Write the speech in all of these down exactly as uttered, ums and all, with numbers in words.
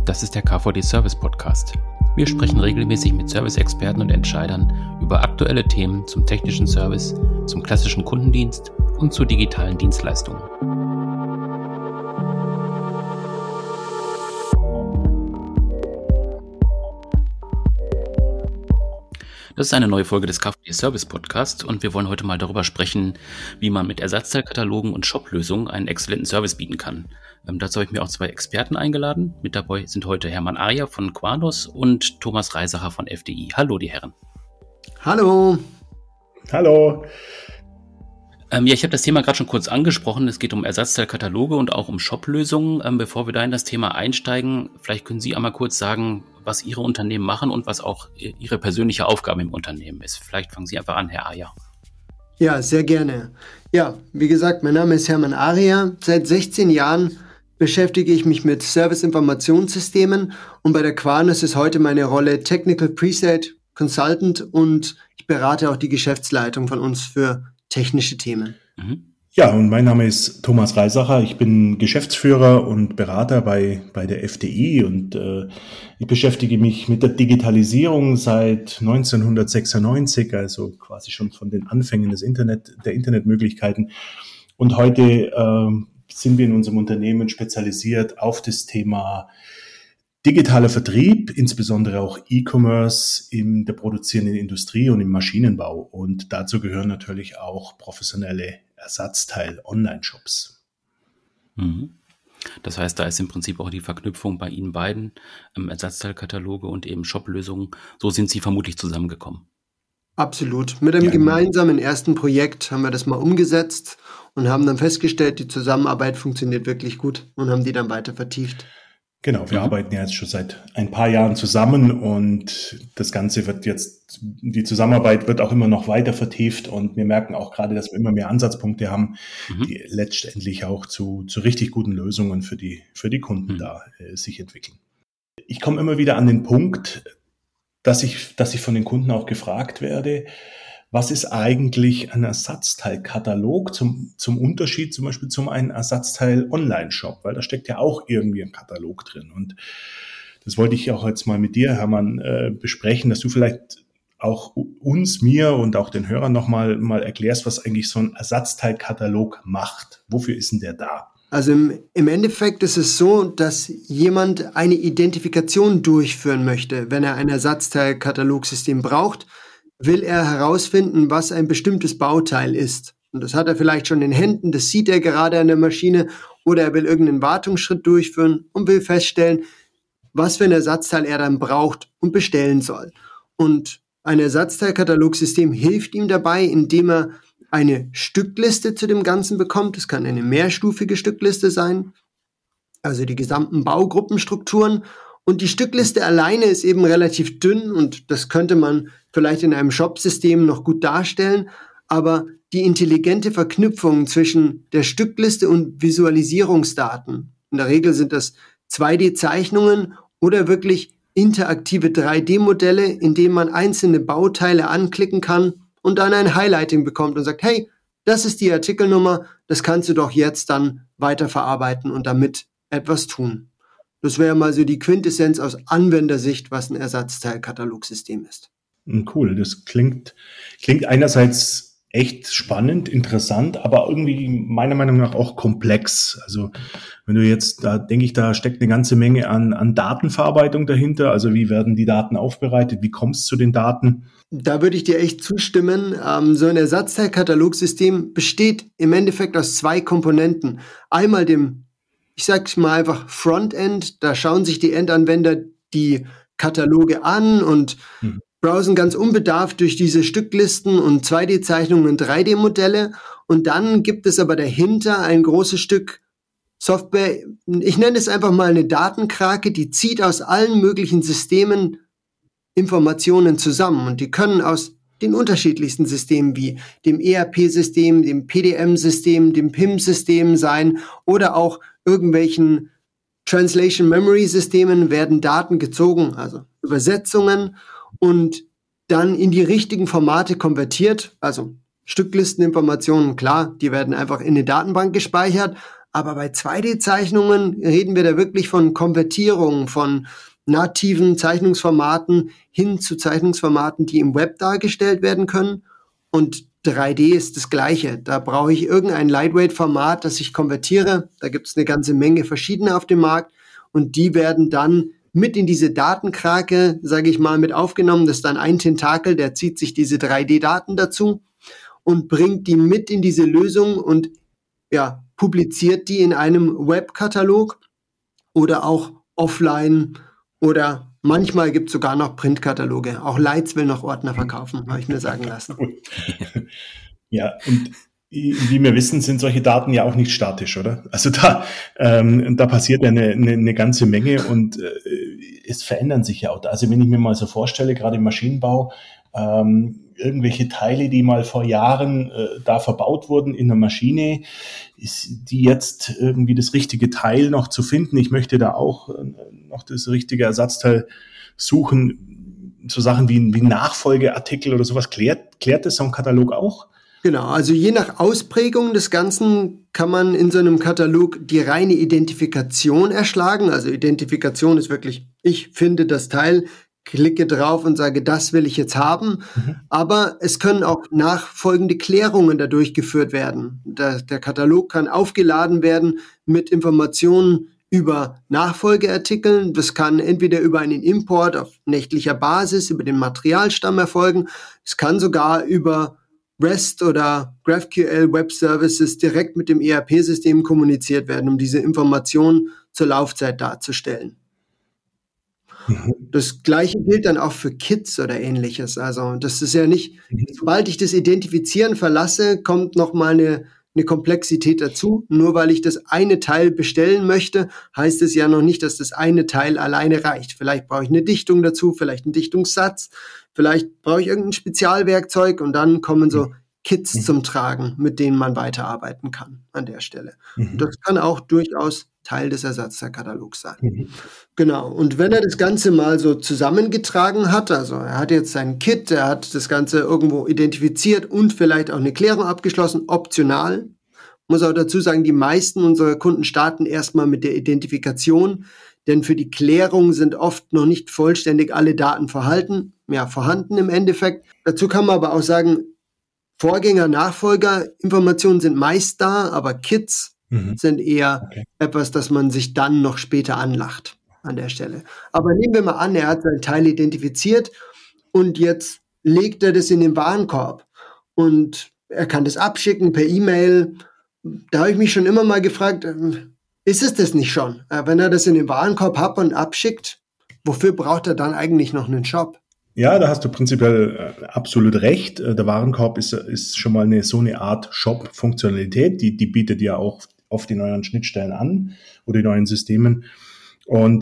Das ist der K V D Service Podcast. Wir sprechen regelmäßig mit Service-Experten und Entscheidern über aktuelle Themen zum technischen Service, zum klassischen Kundendienst und zu digitalen Dienstleistungen. Das ist eine neue Folge des K V D Service Podcast und wir wollen heute mal darüber sprechen, wie man mit Ersatzteilkatalogen und Shop-Lösungen einen exzellenten Service bieten kann. Ähm, dazu habe ich mir auch zwei Experten eingeladen. Mit dabei sind heute Hermann Aria von Quados und Thomas Reisacher von F D I. Hallo, die Herren. Hallo. Hallo. Ähm, ja, ich habe das Thema gerade schon kurz angesprochen. Es geht um Ersatzteilkataloge und auch um Shop-Lösungen. Ähm, bevor wir da in das Thema einsteigen, vielleicht können Sie einmal kurz sagen, was Ihre Unternehmen machen und was auch Ihre persönliche Aufgabe im Unternehmen ist. Vielleicht fangen Sie einfach an, Herr Aria. Ja, sehr gerne. Ja, wie gesagt, mein Name ist Hermann Aria. Seit sechzehn Jahren beschäftige ich mich mit Service-Informationssystemen und bei der Quados ist heute meine Rolle Technical Pre-Sale Consultant und ich berate auch die Geschäftsleitung von uns für technische Themen. Mhm. Ja, und mein Name ist Thomas Reisacher. Ich bin Geschäftsführer und Berater bei, bei der F D I und äh, ich beschäftige mich mit der Digitalisierung seit neunzehnhundertsechsundneunzig, also quasi schon von den Anfängen des Internet, der Internetmöglichkeiten. Und heute äh, sind wir in unserem Unternehmen spezialisiert auf das Thema digitaler Vertrieb, insbesondere auch E-Commerce in der produzierenden Industrie und im Maschinenbau. Und dazu gehören natürlich auch professionelle Ersatzteil-Online-Shops. Mhm. Das heißt, da ist im Prinzip auch die Verknüpfung bei Ihnen beiden, ähm, Ersatzteilkataloge und eben Shop-Lösungen. So sind Sie vermutlich zusammengekommen. Absolut. Mit einem Ja. gemeinsamen ersten Projekt haben wir das mal umgesetzt und haben dann festgestellt, die Zusammenarbeit funktioniert wirklich gut und haben die dann weiter vertieft. Genau, wir Mhm. arbeiten ja jetzt schon seit ein paar Jahren zusammen und das Ganze wird jetzt, die Zusammenarbeit wird auch immer noch weiter vertieft und wir merken auch gerade, dass wir immer mehr Ansatzpunkte haben, Mhm. die letztendlich auch zu, zu richtig guten Lösungen für die, für die Kunden Mhm. da äh, sich entwickeln. Ich komme immer wieder an den Punkt, dass ich, dass ich von den Kunden auch gefragt werde, was ist eigentlich ein Ersatzteilkatalog zum, zum Unterschied zum Beispiel zum einen Ersatzteil-Online-Shop, weil da steckt ja auch irgendwie ein Katalog drin. Und das wollte ich auch jetzt mal mit dir, Hermann, äh, besprechen, dass du vielleicht auch uns, mir und auch den Hörern nochmal mal erklärst, was eigentlich so ein Ersatzteilkatalog macht. Wofür ist denn der da? Also im, im Endeffekt ist es so, dass jemand eine Identifikation durchführen möchte, wenn er ein Ersatzteilkatalogsystem braucht, will er herausfinden, was ein bestimmtes Bauteil ist. Und das hat er vielleicht schon in Händen, das sieht er gerade an der Maschine oder er will irgendeinen Wartungsschritt durchführen und will feststellen, was für ein Ersatzteil er dann braucht und bestellen soll. Und ein Ersatzteilkatalogsystem hilft ihm dabei, indem er eine Stückliste zu dem Ganzen bekommt. Es kann eine mehrstufige Stückliste sein, also die gesamten Baugruppenstrukturen. Und die Stückliste alleine ist eben relativ dünn und das könnte man vielleicht in einem Shop-System noch gut darstellen, aber die intelligente Verknüpfung zwischen der Stückliste und Visualisierungsdaten, in der Regel sind das zwei D-Zeichnungen oder wirklich interaktive drei D-Modelle, in denen man einzelne Bauteile anklicken kann und dann ein Highlighting bekommt und sagt, hey, das ist die Artikelnummer, das kannst du doch jetzt dann weiterverarbeiten und damit etwas tun. Das wäre mal so die Quintessenz aus Anwendersicht, was ein Ersatzteilkatalogsystem ist. Cool, das klingt, klingt einerseits echt spannend, interessant, aber irgendwie meiner Meinung nach auch komplex. Also wenn du jetzt, da denke ich, da steckt eine ganze Menge an, an Datenverarbeitung dahinter. Also wie werden die Daten aufbereitet? Wie kommst du zu den Daten? Da würde ich dir echt zustimmen. Ähm, so ein Ersatzteilkatalogsystem besteht im Endeffekt aus zwei Komponenten. Einmal dem, ich sag's mal einfach Frontend, da schauen sich die Endanwender die Kataloge an und mhm. browsen ganz unbedarft durch diese Stücklisten und zwei D-Zeichnungen und drei D-Modelle. Und dann gibt es aber dahinter ein großes Stück Software, ich nenne es einfach mal eine Datenkrake, die zieht aus allen möglichen Systemen Informationen zusammen und die können aus den unterschiedlichsten Systemen wie dem E R P-System, dem P D M-System, dem P I M-System sein oder auch irgendwelchen Translation Memory Systemen werden Daten gezogen, also Übersetzungen und dann in die richtigen Formate konvertiert, also Stücklisteninformationen, klar, die werden einfach in eine Datenbank gespeichert, Aber bei zwei D-Zeichnungen reden wir da wirklich von Konvertierungen, von nativen Zeichnungsformaten hin zu Zeichnungsformaten, die im Web dargestellt werden können. Und drei D ist das Gleiche. Da brauche ich irgendein Lightweight-Format, das ich konvertiere. Da gibt es eine ganze Menge verschiedene auf dem Markt. Und die werden dann mit in diese Datenkrake, sage ich mal, mit aufgenommen. Das ist dann ein Tentakel, der zieht sich diese drei D-Daten dazu und bringt die mit in diese Lösung und ja, publiziert die in einem Webkatalog oder auch offline oder manchmal gibt es sogar noch Printkataloge. Auch Leitz will noch Ordner verkaufen, habe ich mir sagen lassen. Ja, und wie wir wissen, sind solche Daten ja auch nicht statisch, oder? Also da, ähm, da passiert ja eine, eine, eine ganze Menge und äh, es verändern sich ja auch. Also wenn ich mir mal so vorstelle, gerade im Maschinenbau, ähm, irgendwelche Teile, die mal vor Jahren äh, da verbaut wurden in der Maschine, ist die jetzt irgendwie das richtige Teil noch zu finden. Ich möchte da auch äh, noch das richtige Ersatzteil suchen. So Sachen wie, wie Nachfolgeartikel oder sowas. Klärt, klärt das so ein Katalog auch? Genau, also je nach Ausprägung des Ganzen kann man in so einem Katalog die reine Identifikation erschlagen. Also Identifikation ist wirklich, ich finde das Teil, klicke drauf und sage, das will ich jetzt haben. Mhm. Aber es können auch nachfolgende Klärungen da durchgeführt werden. Der, der Katalog kann aufgeladen werden mit Informationen über Nachfolgeartikel. Das kann entweder über einen Import auf nächtlicher Basis, über den Materialstamm erfolgen. Es kann sogar über REST oder GraphQL Web Services direkt mit dem E R P-System kommuniziert werden, um diese Informationen zur Laufzeit darzustellen. Das Gleiche gilt dann auch für Kits oder Ähnliches. Also das ist ja nicht, sobald ich das Identifizieren verlasse, kommt nochmal eine, eine Komplexität dazu. Nur weil ich das eine Teil bestellen möchte, heißt es ja noch nicht, dass das eine Teil alleine reicht. Vielleicht brauche ich eine Dichtung dazu, vielleicht einen Dichtungssatz, vielleicht brauche ich irgendein Spezialwerkzeug und dann kommen so Kits mhm. zum Tragen, mit denen man weiterarbeiten kann an der Stelle. Mhm. Und das kann auch durchaus Teil des Ersatzteilkatalogs sein. Mhm. Genau. Und wenn er das Ganze mal so zusammengetragen hat, also er hat jetzt sein Kit, er hat das Ganze irgendwo identifiziert und vielleicht auch eine Klärung abgeschlossen, optional. Muss auch dazu sagen, die meisten unserer Kunden starten erstmal mit der Identifikation, denn für die Klärung sind oft noch nicht vollständig alle Daten verhalten, ja, vorhanden im Endeffekt. Dazu kann man aber auch sagen, Vorgänger, Nachfolger, Informationen sind meist da, aber Kits mhm. sind eher okay. etwas, das man sich dann noch später anlacht an der Stelle. Aber nehmen wir mal an, er hat sein Teil identifiziert und jetzt legt er das in den Warenkorb und er kann das abschicken per E-Mail. Da habe ich mich schon immer mal gefragt, ist es das nicht schon? Wenn er das in den Warenkorb hat und abschickt, wofür braucht er dann eigentlich noch einen Shop? Ja, da hast du prinzipiell äh, absolut recht. Der Warenkorb ist, ist schon mal eine, so eine Art Shop-Funktionalität, die, die bietet ja auch auf die neuen Schnittstellen an oder die neuen Systemen. Und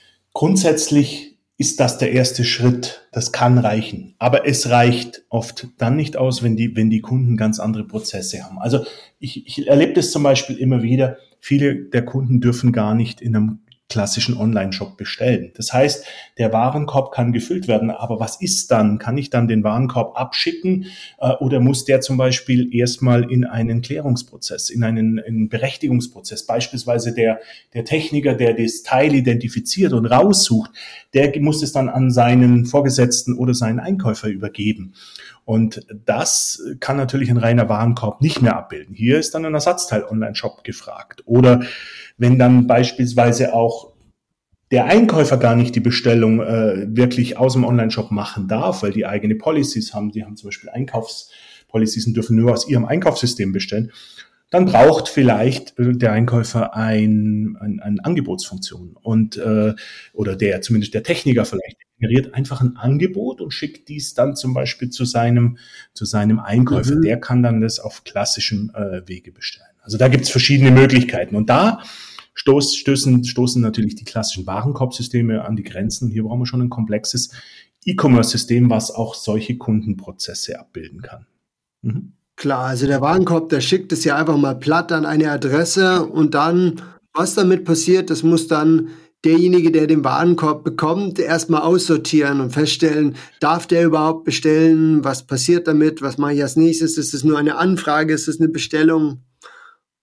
grundsätzlich ist das der erste Schritt. Das kann reichen. Aber es reicht oft dann nicht aus, wenn die, wenn die Kunden ganz andere Prozesse haben. Also ich, ich erlebe das zum Beispiel immer wieder. Viele der Kunden dürfen gar nicht in einem klassischen Online-Shop bestellen. Das heißt, der Warenkorb kann gefüllt werden, aber was ist dann? Kann ich dann den Warenkorb abschicken äh, oder muss der zum Beispiel erstmal in einen Klärungsprozess, in einen, in einen Berechtigungsprozess? Beispielsweise der, der Techniker, der das Teil identifiziert und raussucht, der muss es dann an seinen Vorgesetzten oder seinen Einkäufer übergeben. Und das kann natürlich ein reiner Warenkorb nicht mehr abbilden. Hier ist dann ein Ersatzteil-Online-Shop gefragt. Oder wenn dann beispielsweise auch der Einkäufer gar nicht die Bestellung äh, wirklich aus dem Online-Shop machen darf, weil die eigene Policies haben, die haben zum Beispiel Einkaufspolicies und dürfen nur aus ihrem Einkaufssystem bestellen, dann braucht vielleicht der Einkäufer ein, ein, eine Angebotsfunktion und äh, oder der zumindest der Techniker vielleicht generiert einfach ein Angebot und schickt dies dann zum Beispiel zu seinem zu seinem Einkäufer. Mhm. Der kann dann das auf klassischem äh, Wege bestellen. Also da gibt's verschiedene Möglichkeiten und da stoß, stößen, stoßen natürlich die klassischen Warenkorbsysteme an die Grenzen und hier brauchen wir schon ein komplexes E-Commerce-System, was auch solche Kundenprozesse abbilden kann. Mhm. Klar, also der Warenkorb, der schickt es ja einfach mal platt an eine Adresse und dann, was damit passiert, das muss dann derjenige, der den Warenkorb bekommt, erstmal aussortieren und feststellen, darf der überhaupt bestellen, was passiert damit, was mache ich als nächstes, ist es nur eine Anfrage, ist es eine Bestellung?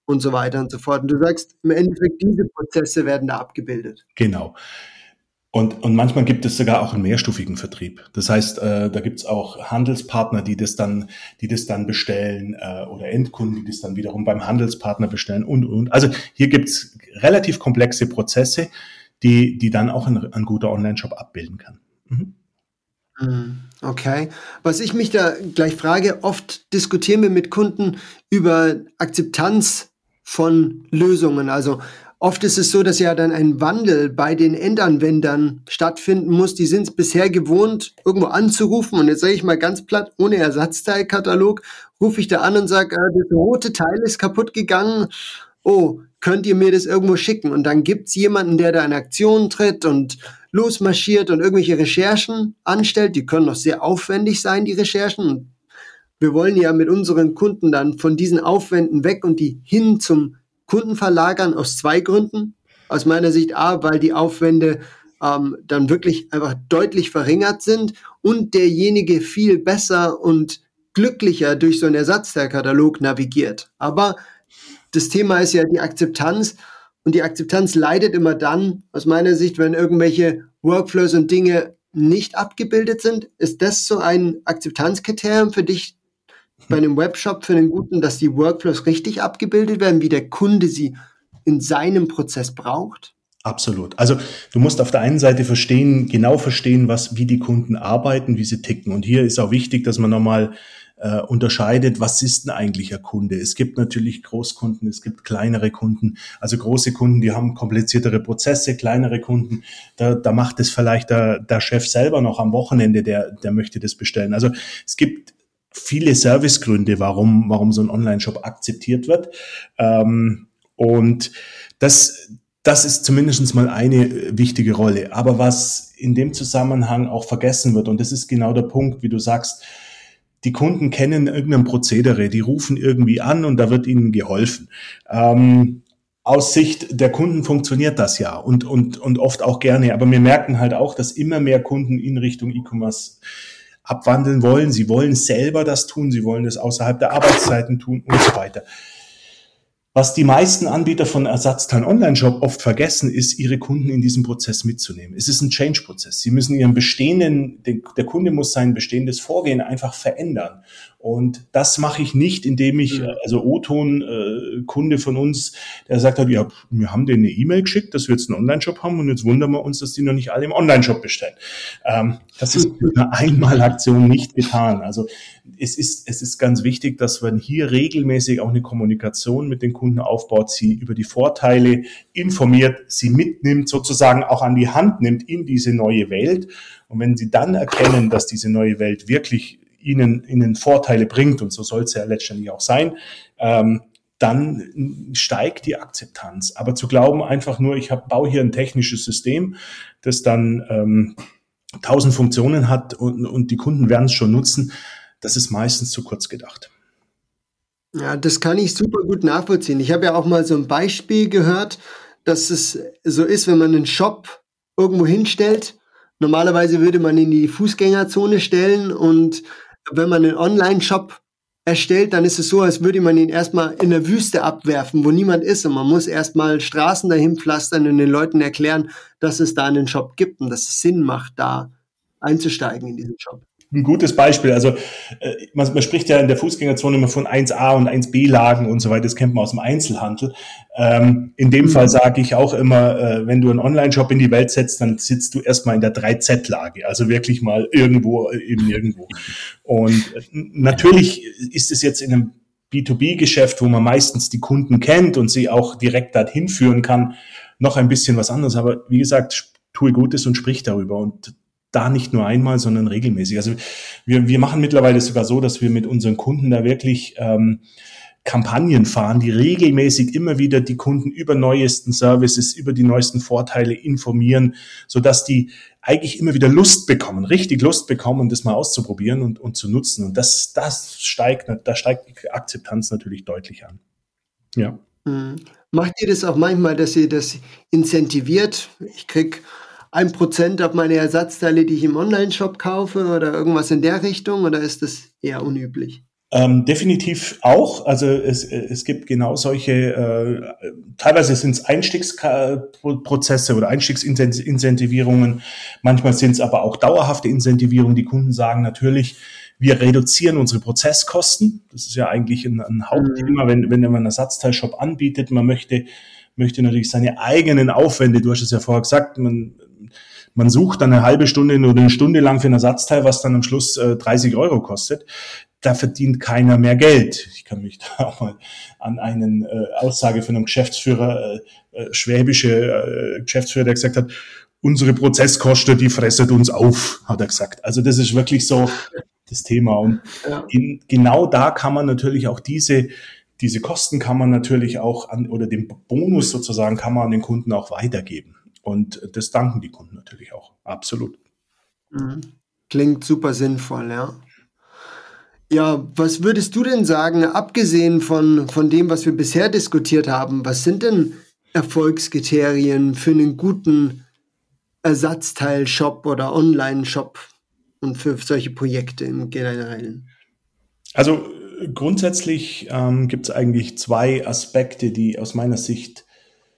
und so weiter und so fort. Und du sagst, im Endeffekt, diese Prozesse werden da abgebildet. Genau. Und, und manchmal gibt es sogar auch einen mehrstufigen Vertrieb. Das heißt, äh, da gibt es auch Handelspartner, die das dann, die das dann bestellen, äh, oder Endkunden, die das dann wiederum beim Handelspartner bestellen und, und. Also hier gibt es relativ komplexe Prozesse, die, die dann auch ein, ein guter Online-Shop abbilden kann. Mhm. Okay. Was ich mich da gleich frage, oft diskutieren wir mit Kunden über Akzeptanz von Lösungen. Also oft ist es so, dass ja dann ein Wandel bei den Endanwendern stattfinden muss. Die sind es bisher gewohnt, irgendwo anzurufen. Und jetzt sage ich mal ganz platt, ohne Ersatzteilkatalog, rufe ich da an und sage, äh, das rote Teil ist kaputt gegangen. Oh, könnt ihr mir das irgendwo schicken? Und dann gibt es jemanden, der da in Aktion tritt und losmarschiert und irgendwelche Recherchen anstellt. Die können noch sehr aufwendig sein, die Recherchen. Wir wollen ja mit unseren Kunden dann von diesen Aufwänden weg und die hin zum Kunden verlagern, aus zwei Gründen. Aus meiner Sicht A, weil die Aufwände ähm, dann wirklich einfach deutlich verringert sind und derjenige viel besser und glücklicher durch so einen Ersatzteilkatalog navigiert. Aber das Thema ist ja die Akzeptanz, und die Akzeptanz leidet immer dann, aus meiner Sicht, wenn irgendwelche Workflows und Dinge nicht abgebildet sind. Ist das so ein Akzeptanzkriterium für dich bei einem Webshop, für einen guten, dass die Workflows richtig abgebildet werden, wie der Kunde sie in seinem Prozess braucht? Absolut. Also du musst auf der einen Seite verstehen, genau verstehen, was, wie die Kunden arbeiten, wie sie ticken. Und hier ist auch wichtig, dass man nochmal äh, unterscheidet, was ist denn eigentlich ein Kunde? Es gibt natürlich Großkunden, es gibt kleinere Kunden. Also große Kunden, die haben kompliziertere Prozesse, kleinere Kunden, da, da macht es vielleicht der, der Chef selber noch am Wochenende, der, der möchte das bestellen. Also es gibt viele Servicegründe, warum, warum so ein Online-Shop akzeptiert wird. Ähm, und das, das ist zumindest mal eine wichtige Rolle. Aber was in dem Zusammenhang auch vergessen wird, und das ist genau der Punkt, wie du sagst, die Kunden kennen irgendein Prozedere, die rufen irgendwie an und da wird ihnen geholfen. Ähm, aus Sicht der Kunden funktioniert das ja und, und, und oft auch gerne. Aber wir merken halt auch, dass immer mehr Kunden in Richtung E-Commerce abwandeln wollen. Sie wollen selber das tun, sie wollen das außerhalb der Arbeitszeiten tun und so weiter. Was die meisten Anbieter von Ersatzteilen Online-Shop oft vergessen, ist, ihre Kunden in diesem Prozess mitzunehmen. Es ist ein Change-Prozess. Sie müssen ihren bestehenden, der Kunde muss sein bestehendes Vorgehen einfach verändern. Und das mache ich nicht, indem ich, also O-Ton, äh, Kunde von uns, der sagt hat, ja, wir haben denen eine E-Mail geschickt, dass wir jetzt einen Online-Shop haben und jetzt wundern wir uns, dass die noch nicht alle im Online-Shop bestellen. Ähm, das ist mit einer Einmalaktion nicht getan. Also es ist, es ist ganz wichtig, dass man hier regelmäßig auch eine Kommunikation mit den Kunden aufbaut, sie über die Vorteile informiert, sie mitnimmt, sozusagen auch an die Hand nimmt in diese neue Welt. Und wenn sie dann erkennen, dass diese neue Welt wirklich ihnen, ihnen Vorteile bringt, und so soll es ja letztendlich auch sein, ähm, dann steigt die Akzeptanz. Aber zu glauben einfach nur, ich hab, baue hier ein technisches System, das dann ähm, tausend Funktionen hat und, und die Kunden werden es schon nutzen, das ist meistens zu kurz gedacht. Ja, das kann ich super gut nachvollziehen. Ich habe ja auch mal so ein Beispiel gehört, dass es so ist, wenn man einen Shop irgendwo hinstellt. Normalerweise würde man ihn in die Fußgängerzone stellen, und wenn man einen Online-Shop erstellt, dann ist es so, als würde man ihn erstmal in der Wüste abwerfen, wo niemand ist, und man muss erstmal Straßen dahin pflastern und den Leuten erklären, dass es da einen Shop gibt und dass es Sinn macht, da einzusteigen in diesen Shop. Ein gutes Beispiel. Also äh, man, man spricht ja in der Fußgängerzone immer von eins a und eins b Lagen und so weiter. Das kennt man aus dem Einzelhandel. Ähm, in dem mhm. Fall sage ich auch immer, äh, wenn du einen Online-Shop in die Welt setzt, dann sitzt du erstmal in der drei Z Lage. Also wirklich mal irgendwo, eben irgendwo. Und äh, natürlich ist es jetzt in einem B zwei B Geschäft, wo man meistens die Kunden kennt und sie auch direkt dorthin führen kann, noch ein bisschen was anderes. Aber wie gesagt, tue Gutes und sprich darüber, und da nicht nur einmal, sondern regelmäßig. Also wir, wir machen mittlerweile sogar so, dass wir mit unseren Kunden da wirklich ähm, Kampagnen fahren, die regelmäßig immer wieder die Kunden über neuesten Services, über die neuesten Vorteile informieren, sodass die eigentlich immer wieder Lust bekommen, richtig Lust bekommen, das mal auszuprobieren und, und zu nutzen. Und das, das steigt, da steigt die Akzeptanz natürlich deutlich an. Ja. Mhm. Macht ihr das auch manchmal, dass ihr das incentiviert? Ich krieg ein Prozent auf meine Ersatzteile, die ich im Online-Shop kaufe, oder irgendwas in der Richtung, oder ist das eher unüblich? Ähm, definitiv auch. Also es, es gibt genau solche, äh, teilweise sind es Einstiegsprozesse oder Einstiegsincentivierungen, manchmal sind es aber auch dauerhafte Incentivierungen. Die Kunden sagen natürlich, wir reduzieren unsere Prozesskosten. Das ist ja eigentlich ein, ein Hauptthema, wenn, wenn man einen Ersatzteilshop anbietet. Man möchte, möchte natürlich seine eigenen Aufwände, du hast es ja vorher gesagt, man, man sucht dann eine halbe Stunde oder eine Stunde lang für ein Ersatzteil, was dann am Schluss äh, dreißig Euro kostet. Da verdient keiner mehr Geld. Ich kann mich da auch mal an eine äh, Aussage von einem Geschäftsführer, äh, äh, schwäbische äh, Geschäftsführer, der gesagt hat, unsere Prozesskosten, die fressen uns auf, hat er gesagt. Also das ist wirklich so das Thema. Und ja. in, genau da kann man natürlich auch diese, diese Kosten kann man natürlich auch an, oder den Bonus sozusagen kann man an den Kunden auch weitergeben. Und das danken die Kunden natürlich auch. Absolut. Klingt super sinnvoll, ja. Ja, was würdest du denn sagen, abgesehen von, von dem, was wir bisher diskutiert haben, was sind denn Erfolgskriterien für einen guten Ersatzteil-Shop oder Online-Shop und für solche Projekte im Generellen? Also grundsätzlich ähm, gibt es eigentlich zwei Aspekte, die aus meiner Sicht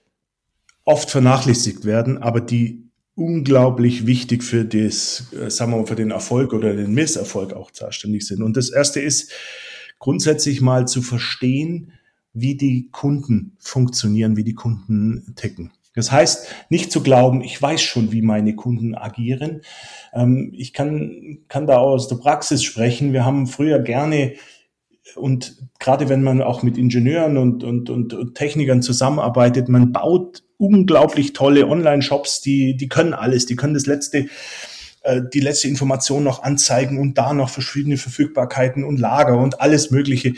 oft vernachlässigt werden, aber die unglaublich wichtig für das, sagen wir mal, für den Erfolg oder den Misserfolg auch zuständig sind. Und das erste ist, grundsätzlich mal zu verstehen, wie die Kunden funktionieren, wie die Kunden ticken. Das heißt, nicht zu glauben, ich weiß schon, wie meine Kunden agieren. Ähm, ich kann, kann da aus der Praxis sprechen. Wir haben früher gerne, und gerade wenn man auch mit Ingenieuren und, und, und, und Technikern zusammenarbeitet, man baut unglaublich tolle Online-Shops, die, die können alles, die können das letzte, äh, die letzte Information noch anzeigen und da noch verschiedene Verfügbarkeiten und Lager und alles Mögliche.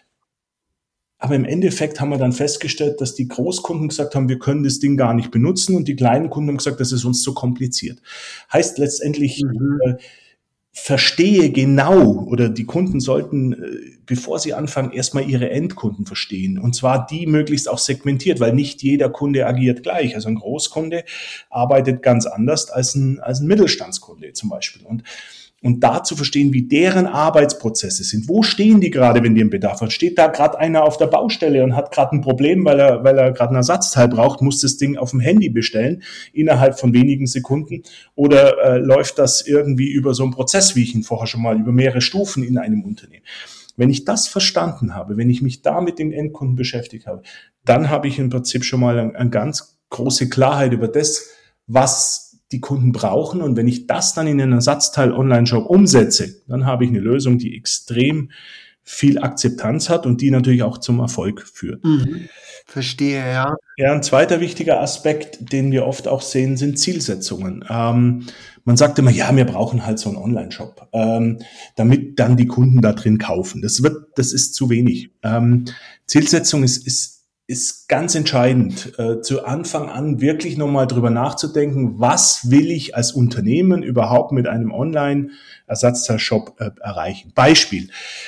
Aber im Endeffekt haben wir dann festgestellt, dass die Großkunden gesagt haben, wir können das Ding gar nicht benutzen und die kleinen Kunden haben gesagt, das ist uns zu kompliziert. Heißt letztendlich, mhm. äh, verstehe genau, oder die Kunden sollten, bevor sie anfangen, erstmal ihre Endkunden verstehen. Und zwar die möglichst auch segmentiert, weil nicht jeder Kunde agiert gleich. Also ein Großkunde arbeitet ganz anders als ein, als ein Mittelstandskunde zum Beispiel. Und Und da zu verstehen, wie deren Arbeitsprozesse sind. Wo stehen die gerade, wenn die einen Bedarf haben? Steht da gerade einer auf der Baustelle und hat gerade ein Problem, weil er, weil er gerade ein Ersatzteil braucht, muss das Ding auf dem Handy bestellen, innerhalb von wenigen Sekunden? Oder äh, läuft das irgendwie über so einen Prozess, wie ich ihn vorher schon mal, über mehrere Stufen in einem Unternehmen? Wenn ich das verstanden habe, wenn ich mich da mit den Endkunden beschäftigt habe, dann habe ich im Prinzip schon mal eine, eine ganz große Klarheit über das, was die Kunden brauchen. Und wenn ich das dann in einen Ersatzteil-Online-Shop umsetze, dann habe ich eine Lösung, die extrem viel Akzeptanz hat und die natürlich auch zum Erfolg führt. Mhm. Verstehe, ja. Ja, ein zweiter wichtiger Aspekt, den wir oft auch sehen, sind Zielsetzungen. Ähm, man sagt immer, ja, wir brauchen halt so einen Online-Shop, ähm, damit dann die Kunden da drin kaufen. Das wird, das ist zu wenig. Ähm, Zielsetzung ist, ist ist ganz entscheidend, äh, zu Anfang an wirklich nochmal drüber nachzudenken, was will ich als Unternehmen überhaupt mit einem Online-Ersatzteilshop äh, erreichen. Beispiel.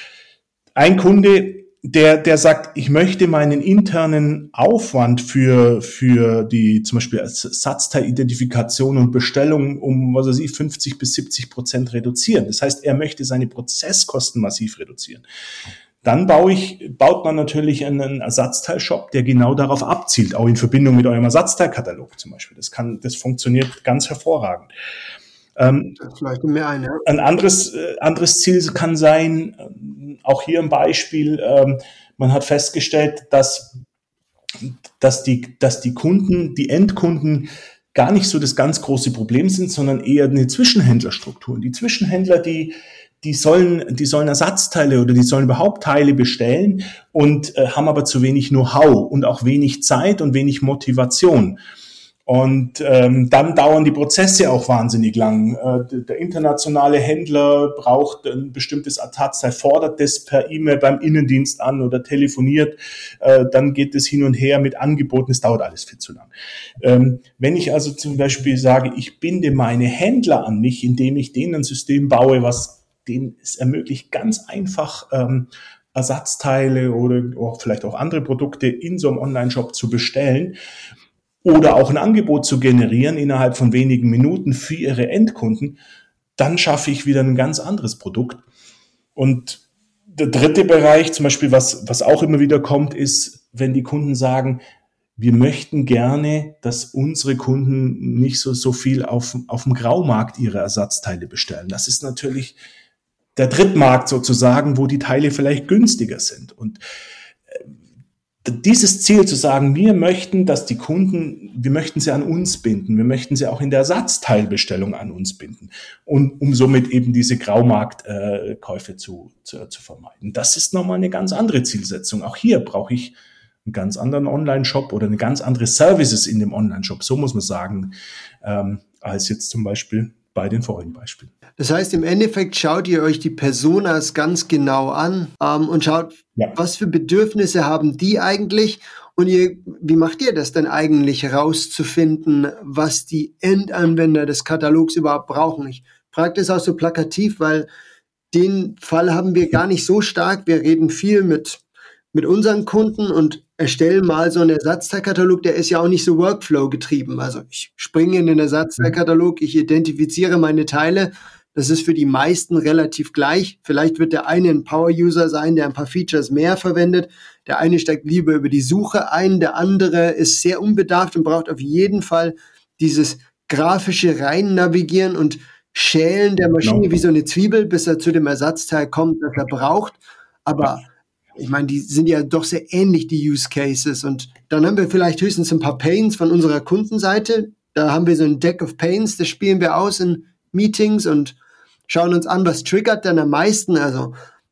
Ein Kunde, der, der sagt, ich möchte meinen internen Aufwand für, für die, zum Beispiel Ersatzteilidentifikation und Bestellung um, was weiß ich, fünfzig bis siebzig Prozent reduzieren. Das heißt, er möchte seine Prozesskosten massiv reduzieren. Dann baue ich, baut man natürlich einen Ersatzteilshop, der genau darauf abzielt, auch in Verbindung mit eurem Ersatzteilkatalog zum Beispiel. Das kann, das funktioniert ganz hervorragend. Ähm, das leuchtet mir ein, ja. Ein anderes, äh, anderes Ziel kann sein, äh, auch hier ein Beispiel, äh, man hat festgestellt, dass, dass die, dass die Kunden, die Endkunden gar nicht so das ganz große Problem sind, sondern eher eine Zwischenhändlerstruktur. Die Zwischenhändler, die Die sollen, die sollen Ersatzteile oder die sollen überhaupt Teile bestellen und äh, haben aber zu wenig Know-how und auch wenig Zeit und wenig Motivation. Und ähm, dann dauern die Prozesse auch wahnsinnig lang. Äh, der internationale Händler braucht ein bestimmtes Ersatzteil, fordert das per E-Mail beim Innendienst an oder telefoniert. Äh, dann geht es hin und her mit Angeboten. Es dauert alles viel zu lang. Ähm, wenn ich also zum Beispiel sage, ich binde meine Händler an mich, indem ich denen ein System baue, was denen es ermöglicht, ganz einfach ähm, Ersatzteile oder auch vielleicht auch andere Produkte in so einem Online-Shop zu bestellen oder auch ein Angebot zu generieren innerhalb von wenigen Minuten für ihre Endkunden, dann schaffe ich wieder ein ganz anderes Produkt. Und der dritte Bereich, zum Beispiel, was, was auch immer wieder kommt, ist, wenn die Kunden sagen, wir möchten gerne, dass unsere Kunden nicht so, so viel auf, auf dem Graumarkt ihre Ersatzteile bestellen. Das ist natürlich der Drittmarkt sozusagen, wo die Teile vielleicht günstiger sind. Und dieses Ziel zu sagen, wir möchten, dass die Kunden, wir möchten sie an uns binden, wir möchten sie auch in der Ersatzteilbestellung an uns binden, und um somit eben diese Graumarktkäufe äh, zu, zu, zu vermeiden. Das ist nochmal eine ganz andere Zielsetzung. Auch hier brauche ich einen ganz anderen Online-Shop oder eine ganz andere Services in dem Online-Shop, so muss man sagen, ähm, als jetzt zum Beispiel bei den vorigen Beispielen. Das heißt, im Endeffekt schaut ihr euch die Personas ganz genau an ähm, und schaut, ja, was für Bedürfnisse haben die eigentlich, und ihr, wie macht ihr das denn eigentlich herauszufinden, was die Endanwender des Katalogs überhaupt brauchen? Ich frage das auch so plakativ, weil den Fall haben wir gar nicht so stark. Wir reden viel mit mit unseren Kunden und erstellen mal so einen Ersatzteilkatalog, der ist ja auch nicht so Workflow getrieben. Also ich springe in den Ersatzteilkatalog, ich identifiziere meine Teile. Das ist für die meisten relativ gleich. Vielleicht wird der eine ein Power-User sein, der ein paar Features mehr verwendet. Der eine steigt lieber über die Suche ein. Der andere ist sehr unbedarft und braucht auf jeden Fall dieses grafische Rein-Navigieren und Schälen der Maschine genau, wie so eine Zwiebel, bis er zu dem Ersatzteil kommt, das er braucht. Aber ich meine, die sind ja doch sehr ähnlich, die Use Cases. Und dann haben wir vielleicht höchstens ein paar Pains von unserer Kundenseite. Da haben wir so ein Deck of Pains, das spielen wir aus in Meetings und schauen uns an, was triggert denn am meisten. Also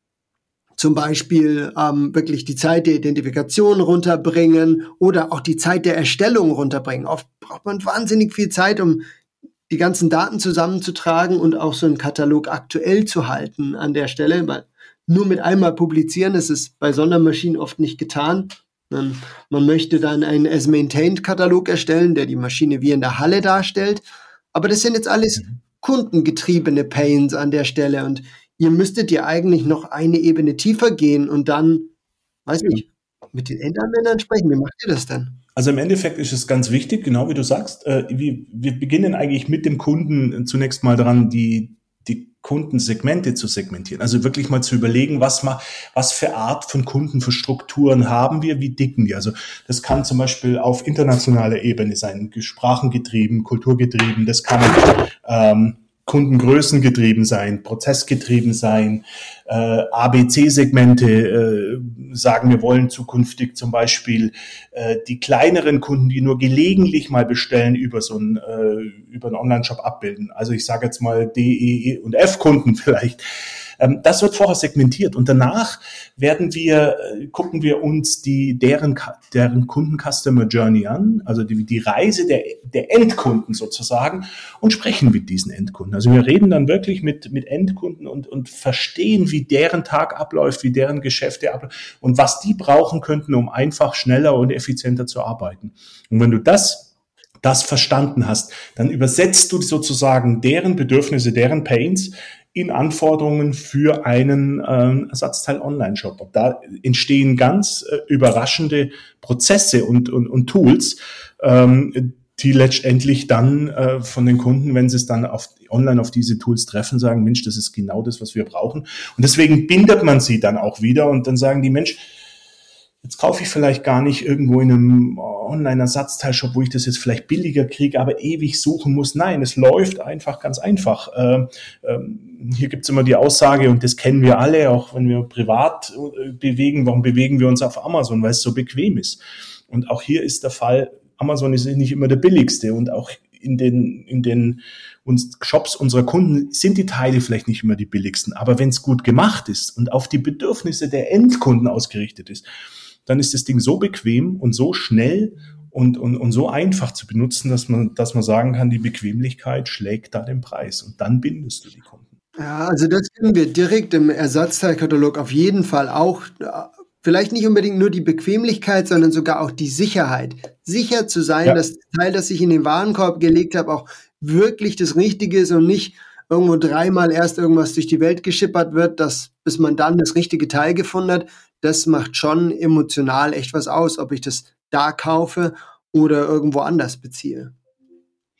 zum Beispiel ähm, wirklich die Zeit der Identifikation runterbringen oder auch die Zeit der Erstellung runterbringen. Oft braucht man wahnsinnig viel Zeit, um die ganzen Daten zusammenzutragen und auch so einen Katalog aktuell zu halten an der Stelle, weil nur mit einmal publizieren, das ist bei Sondermaschinen oft nicht getan. Man, man möchte dann einen As-Maintained-Katalog erstellen, der die Maschine wie in der Halle darstellt. Aber das sind jetzt alles kundengetriebene Pains an der Stelle. Und ihr müsstet ja eigentlich noch eine Ebene tiefer gehen und dann, weiß nicht, mit den Endanwendern sprechen. Wie macht ihr das denn? Also im Endeffekt ist es ganz wichtig, genau wie du sagst, äh, wir, wir beginnen eigentlich mit dem Kunden zunächst mal dran, die die Kundensegmente zu segmentieren. Also wirklich mal zu überlegen, was ma, was für Art von Kunden, für Strukturen haben wir, wie dicken die. Also das kann zum Beispiel auf internationaler Ebene sein, sprachengetrieben, kulturgetrieben, das kann ähm, kundengrößengetrieben sein, prozessgetrieben sein, äh, A B C-Segmente, äh, sagen wir wollen zukünftig zum Beispiel äh, die kleineren Kunden, die nur gelegentlich mal bestellen, über so einen, äh, über einen Online-Shop abbilden. Also ich sage jetzt mal D, E und F-Kunden vielleicht. Ähm, das wird vorher segmentiert und danach werden wir, äh, gucken wir uns die, deren, deren Kunden-Customer-Journey an, also die, die Reise der, der Endkunden sozusagen, und sprechen mit diesen Endkunden. Also wir reden dann wirklich mit, mit Endkunden und, und verstehen, wie deren Tag abläuft, wie deren Geschäfte abläuft und was die brauchen könnten, um einfach schneller und effizienter zu arbeiten. Und wenn du das das verstanden hast, dann übersetzt du sozusagen deren Bedürfnisse, deren Pains in Anforderungen für einen äh, Ersatzteil-Online-Shop. Da entstehen ganz äh, überraschende Prozesse und, und, und Tools, ähm, die letztendlich dann äh, von den Kunden, wenn sie es dann auf, online auf diese Tools treffen, sagen, Mensch, das ist genau das, was wir brauchen. Und deswegen bindet man sie dann auch wieder und dann sagen die, Mensch, jetzt kaufe ich vielleicht gar nicht irgendwo in einem Online-Ersatzteilshop, wo ich das jetzt vielleicht billiger kriege, aber ewig suchen muss. Nein, es läuft einfach ganz einfach. Ähm, ähm, hier gibt's immer die Aussage, und das kennen wir alle, auch wenn wir privat äh, bewegen, warum bewegen wir uns auf Amazon? Weil es so bequem ist. Und auch hier ist der Fall, Amazon ist nicht immer der billigste, und auch in den, in den uns Shops unserer Kunden sind die Teile vielleicht nicht immer die billigsten. Aber wenn es gut gemacht ist und auf die Bedürfnisse der Endkunden ausgerichtet ist, dann ist das Ding so bequem und so schnell und, und, und so einfach zu benutzen, dass man, dass man sagen kann, die Bequemlichkeit schlägt da den Preis, und dann bindest du die Kunden. Ja, also das können wir direkt im Ersatzteilkatalog auf jeden Fall auch, vielleicht nicht unbedingt nur die Bequemlichkeit, sondern sogar auch die Sicherheit. Sicher zu sein, ja, dass das Teil, das ich in den Warenkorb gelegt habe, auch wirklich das Richtige ist und nicht irgendwo dreimal erst irgendwas durch die Welt geschippert wird, dass, bis man dann das richtige Teil gefunden hat. Das macht schon emotional echt was aus, ob ich das da kaufe oder irgendwo anders beziehe.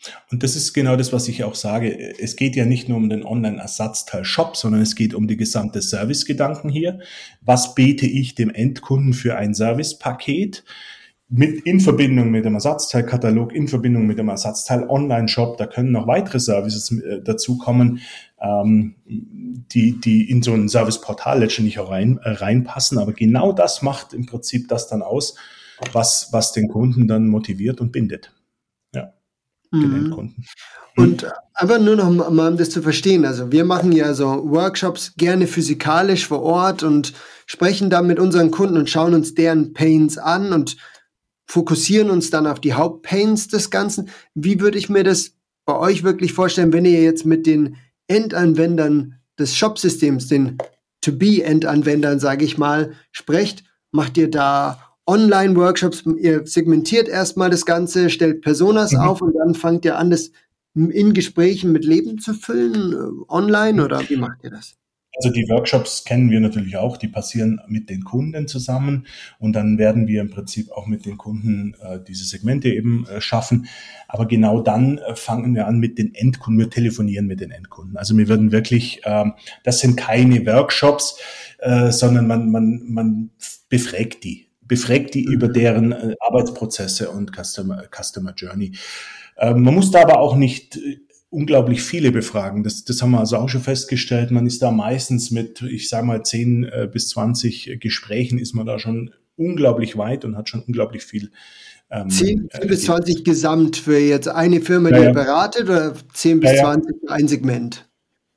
Und das ist genau das, was ich auch sage. Es geht ja nicht nur um den Online-Ersatzteil-Shop, sondern es geht um die gesamte Service-Gedanken hier. Was biete ich dem Endkunden für ein Servicepaket mit, in Verbindung mit dem Ersatzteilkatalog, in Verbindung mit dem Ersatzteil-Online-Shop? Da können noch weitere Services äh, dazukommen, ähm, die, die in so ein Serviceportal letztendlich auch rein, äh, reinpassen. Aber genau das macht im Prinzip das dann aus, was, was den Kunden dann motiviert und bindet. Ja. Den Endkunden. Und aber nur noch mal, um das zu verstehen, also wir machen ja so Workshops gerne physikalisch vor Ort und sprechen dann mit unseren Kunden und schauen uns deren Pains an und fokussieren uns dann auf die Hauptpains des Ganzen. Wie würde ich mir das bei euch wirklich vorstellen, wenn ihr jetzt mit den Endanwendern des Shop-Systems, den To-Be-Endanwendern, sage ich mal, sprecht? Macht ihr da Online-Workshops, ihr segmentiert erstmal das Ganze, stellt Personas mhm. auf und dann fangt ihr an, das in Gesprächen mit Leben zu füllen, äh, online, oder wie macht ihr das? Also die Workshops kennen wir natürlich auch, die passieren mit den Kunden zusammen und dann werden wir im Prinzip auch mit den Kunden äh, diese Segmente eben äh, schaffen. Aber genau dann äh, fangen wir an mit den Endkunden, wir telefonieren mit den Endkunden. Also wir würden wirklich, äh, das sind keine Workshops, äh, sondern man, man, man befragt die. befragt die über deren äh, Arbeitsprozesse und Customer, Customer Journey. Ähm, man muss da aber auch nicht äh, unglaublich viele befragen. Das, das haben wir also auch schon festgestellt. Man ist da meistens mit, ich sage mal, zehn äh, bis zwanzig Gesprächen ist man da schon unglaublich weit und hat schon unglaublich viel. Ähm, zehn bis zwanzig gesamt für jetzt eine Firma, die ja, ja. ihr beratet, oder zehn bis zwanzig für ein Segment?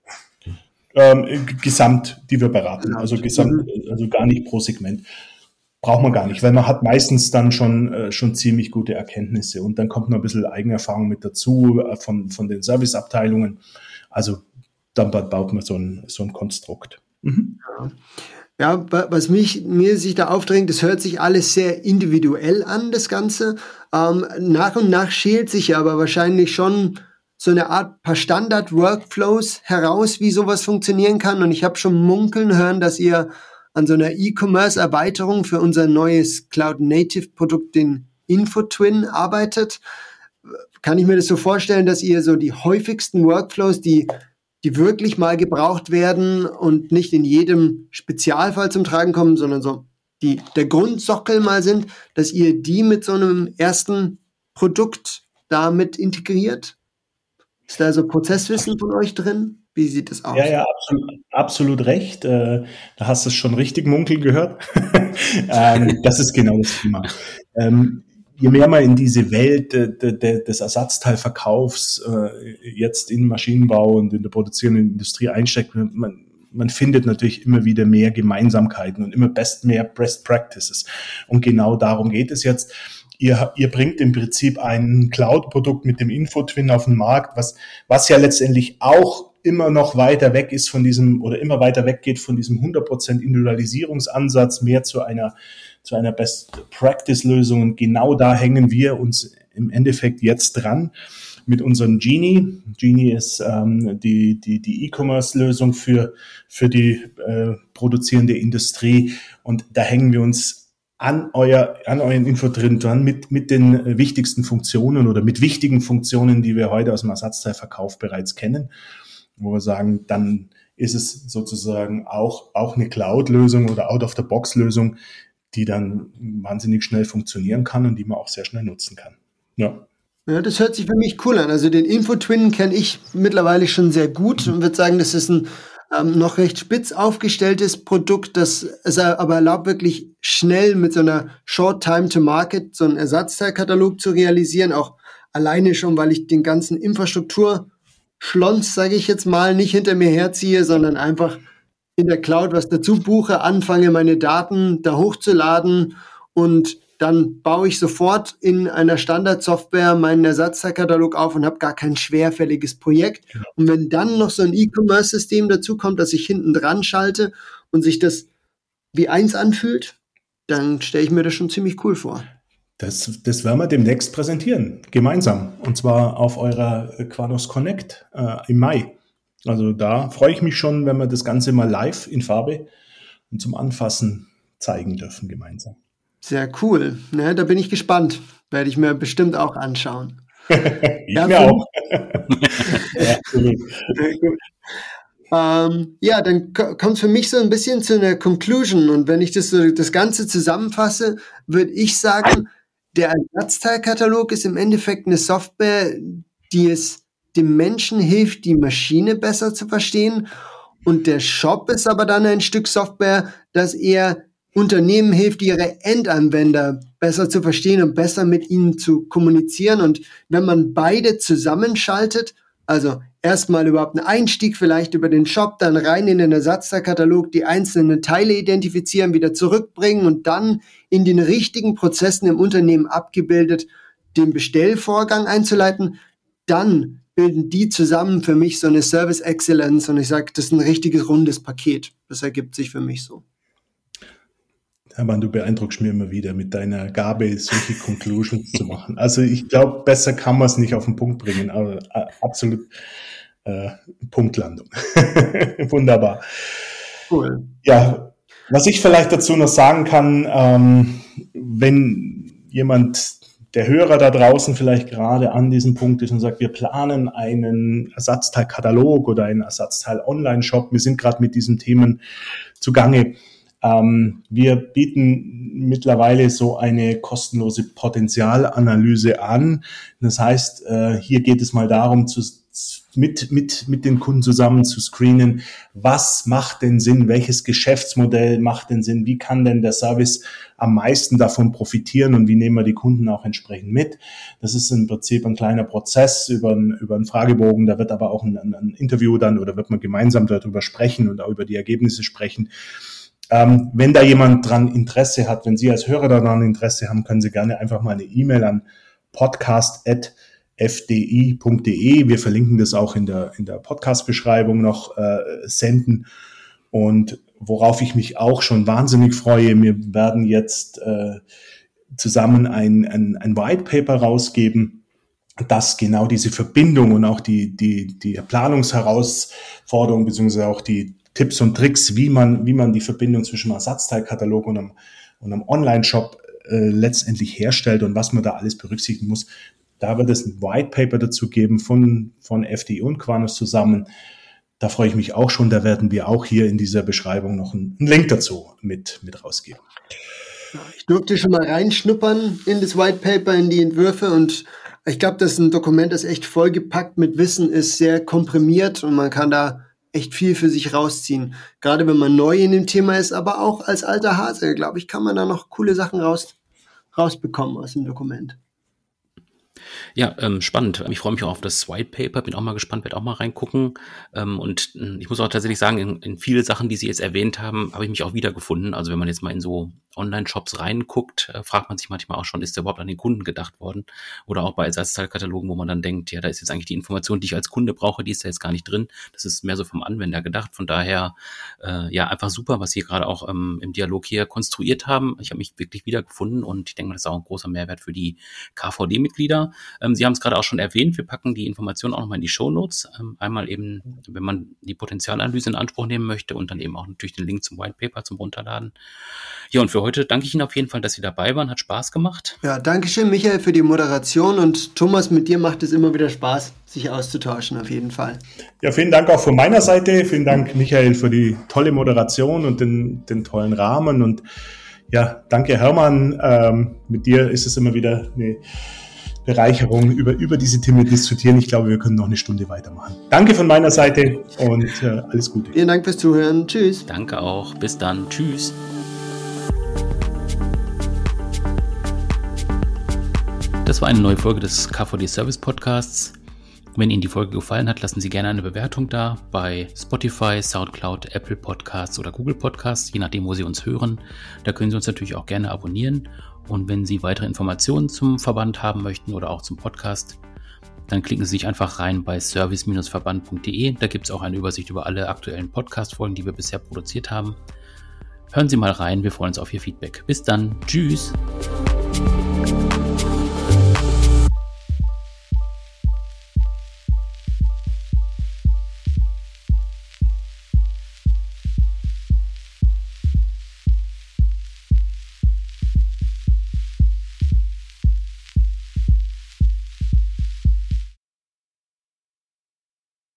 Ähm, gesamt, die wir beraten. Also gesamt, also gar nicht pro Segment. Braucht man gar nicht, weil man hat meistens dann schon äh, schon ziemlich gute Erkenntnisse und dann kommt noch ein bisschen Eigenerfahrung mit dazu äh, von von den Serviceabteilungen. Also dann baut man so ein so ein Konstrukt. Mhm. Ja. ja, was mich mir sich da aufdrängt, das hört sich alles sehr individuell an, das Ganze. Ähm, nach und nach schält sich aber wahrscheinlich schon so eine Art paar Standard-Workflows heraus, wie sowas funktionieren kann. Und ich habe schon munkeln hören, dass ihr an so einer E-Commerce-Erweiterung für unser neues Cloud-Native-Produkt, den InfoTwin, arbeitet. Kann ich mir das so vorstellen, dass ihr so die häufigsten Workflows, die, die wirklich mal gebraucht werden und nicht in jedem Spezialfall zum Tragen kommen, sondern so die der Grundsockel mal sind, dass ihr die mit so einem ersten Produkt damit integriert? Ist da so Prozesswissen von euch drin? Wie sieht es aus? Ja, ja, absolut, absolut recht. Äh, da hast du es schon richtig munkeln gehört. ähm, das ist genau das Thema. Ähm, je mehr man in diese Welt de, de, de, des Ersatzteilverkaufs äh, jetzt in Maschinenbau und in der produzierenden Industrie einsteckt, man, man findet natürlich immer wieder mehr Gemeinsamkeiten und immer best, mehr Best Practices. Und genau darum geht es jetzt. Ihr, ihr bringt im Prinzip ein Cloud-Produkt mit dem InfoTwin auf den Markt, was, was ja letztendlich auch immer noch weiter weg ist von diesem oder immer weiter weggeht von diesem hundert Prozent Individualisierungsansatz, mehr zu einer, zu einer Best-Practice-Lösung. Und genau da hängen wir uns im Endeffekt jetzt dran mit unserem Genie. Genie ist ähm, die, die, die E-Commerce-Lösung für, für die äh, produzierende Industrie. Und da hängen wir uns an euer, an euren InfoTwin dran mit, mit den wichtigsten Funktionen oder mit wichtigen Funktionen, die wir heute aus dem Ersatzteilverkauf bereits kennen, wo wir sagen, dann ist es sozusagen auch, auch eine Cloud-Lösung oder Out-of-the-Box-Lösung, die dann wahnsinnig schnell funktionieren kann und die man auch sehr schnell nutzen kann. Ja. Ja, das hört sich für mich cool an. Also den InfoTwin kenne ich mittlerweile schon sehr gut und würde sagen, das ist ein ähm, noch recht spitz aufgestelltes Produkt, das es aber erlaubt, wirklich schnell mit so einer Short Time to Market so einen Ersatzteilkatalog zu realisieren, auch alleine schon, weil ich den ganzen Infrastruktur-Schlons, sage ich jetzt mal, nicht hinter mir herziehe, sondern einfach in der Cloud was dazu buche, anfange meine Daten da hochzuladen und dann baue ich sofort in einer Standardsoftware meinen Ersatzteilkatalog auf und habe gar kein schwerfälliges Projekt. Genau. Und wenn dann noch so ein E-Commerce-System dazu kommt, dass ich hinten dran schalte und sich das wie eins anfühlt, dann stelle ich mir das schon ziemlich cool vor. Das, das werden wir demnächst präsentieren, gemeinsam. Und zwar auf eurer Quanos Connect äh, im Mai. Also da freue ich mich schon, wenn wir das Ganze mal live in Farbe und zum Anfassen zeigen dürfen gemeinsam. Sehr cool. Ne, da bin ich gespannt. Werde ich mir bestimmt auch anschauen. ich ja, mir auch. Ja, absolut. Ähm, ja, dann kommt es für mich so ein bisschen zu einer Conclusion. Und wenn ich das so das Ganze zusammenfasse, würde ich sagen, der Ersatzteilkatalog ist im Endeffekt eine Software, die es dem Menschen hilft, die Maschine besser zu verstehen. Und der Shop ist aber dann ein Stück Software, das eher Unternehmen hilft, ihre Endanwender besser zu verstehen und besser mit ihnen zu kommunizieren. Und wenn man beide zusammenschaltet, also erstmal überhaupt einen Einstieg vielleicht über den Shop, dann rein in den Ersatzteilkatalog, die einzelnen Teile identifizieren, wieder zurückbringen und dann in den richtigen Prozessen im Unternehmen abgebildet, den Bestellvorgang einzuleiten, dann bilden die zusammen für mich so eine Service Excellence und ich sage, das ist ein richtiges rundes Paket. Das ergibt sich für mich so. Hermann, du beeindruckst mir immer wieder mit deiner Gabe, solche Conclusions zu machen. Also ich glaube, besser kann man es nicht auf den Punkt bringen, aber äh, absolut äh, Punktlandung. Wunderbar. Cool. Ja, was ich vielleicht dazu noch sagen kann, ähm, wenn jemand, der Hörer da draußen vielleicht gerade an diesem Punkt ist und sagt, wir planen einen Ersatzteilkatalog oder einen Ersatzteil-Online-Shop, wir sind gerade mit diesen Themen zugange. Ähm, wir bieten mittlerweile so eine kostenlose Potenzialanalyse an. Das heißt, äh, hier geht es mal darum, zu, mit, mit, mit den Kunden zusammen zu screenen, was macht denn Sinn, welches Geschäftsmodell macht denn Sinn, wie kann denn der Service am meisten davon profitieren und wie nehmen wir die Kunden auch entsprechend mit. Das ist im Prinzip ein kleiner Prozess über einen, über einen Fragebogen, da wird aber auch ein, ein Interview dann oder wird man gemeinsam darüber sprechen und auch über die Ergebnisse sprechen. Ähm, wenn da jemand dran Interesse hat, wenn Sie als Hörer daran Interesse haben, können Sie gerne einfach mal eine E-Mail an podcast at f d i punkt d e. Wir verlinken das auch in der, in der Podcast-Beschreibung noch äh, senden. Und worauf ich mich auch schon wahnsinnig freue, wir werden jetzt äh, zusammen ein, ein, ein White Paper rausgeben, dass genau diese Verbindung und auch die, die, die Planungsherausforderung beziehungsweise auch die Tipps und Tricks, wie man, wie man die Verbindung zwischen einem Ersatzteilkatalog und einem, und einem Online-Shop äh, letztendlich herstellt und was man da alles berücksichtigen muss. Da wird es ein White Paper dazu geben von, von F D I und Quanus zusammen. Da freue ich mich auch schon. Da werden wir auch hier in dieser Beschreibung noch einen, einen Link dazu mit, mit rausgeben. Ich durfte schon mal reinschnuppern in das White Paper, in die Entwürfe und ich glaube, das ist ein Dokument, das echt vollgepackt mit Wissen ist, sehr komprimiert und man kann da echt viel für sich rausziehen. Gerade wenn man neu in dem Thema ist, aber auch als alter Hase, glaube ich, kann man da noch coole Sachen raus, rausbekommen aus dem Dokument. Ja, ähm, spannend. Ich freue mich auch auf das White Paper, bin auch mal gespannt, werde auch mal reingucken. Ähm, und äh, ich muss auch tatsächlich sagen, in, in viele Sachen, die Sie jetzt erwähnt haben, habe ich mich auch wiedergefunden. Also wenn man jetzt mal in so Online-Shops reinguckt, äh, fragt man sich manchmal auch schon, ist der überhaupt an den Kunden gedacht worden? Oder auch bei Ersatzteilkatalogen, wo man dann denkt, ja, da ist jetzt eigentlich die Information, die ich als Kunde brauche, die ist da jetzt gar nicht drin. Das ist mehr so vom Anwender gedacht. Von daher, äh, ja, einfach super, was Sie gerade auch ähm, im Dialog hier konstruiert haben. Ich habe mich wirklich wiedergefunden und ich denke, das ist auch ein großer Mehrwert für die K V D-Mitglieder. Ähm, Sie haben es gerade auch schon erwähnt, wir packen die Informationen auch nochmal in die Shownotes. Ähm, einmal eben, wenn man die Potenzialanalyse in Anspruch nehmen möchte und dann eben auch natürlich den Link zum White Paper zum Runterladen. Ja, und für heute danke ich Ihnen auf jeden Fall, dass Sie dabei waren. Hat Spaß gemacht. Ja, danke schön, Michael, für die Moderation und Thomas, mit dir macht es immer wieder Spaß, sich auszutauschen, auf jeden Fall. Ja, vielen Dank auch von meiner Seite. Vielen Dank, Michael, für die tolle Moderation und den, den tollen Rahmen und ja, danke, Hermann. Ähm, mit dir ist es immer wieder eine Bereicherung, über, über diese Themen diskutieren. Ich glaube, wir können noch eine Stunde weitermachen. Danke von meiner Seite und äh, alles Gute. Vielen Dank fürs Zuhören. Tschüss. Danke auch. Bis dann. Tschüss. Das war eine neue Folge des K V D Service Podcasts. Wenn Ihnen die Folge gefallen hat, lassen Sie gerne eine Bewertung da bei Spotify, Soundcloud, Apple Podcasts oder Google Podcasts, je nachdem, wo Sie uns hören. Da können Sie uns natürlich auch gerne abonnieren. Und wenn Sie weitere Informationen zum Verband haben möchten oder auch zum Podcast, dann klicken Sie sich einfach rein bei service Bindestrich verband punkt de. Da gibt es auch eine Übersicht über alle aktuellen Podcast-Folgen, die wir bisher produziert haben. Hören Sie mal rein, wir freuen uns auf Ihr Feedback. Bis dann, tschüss!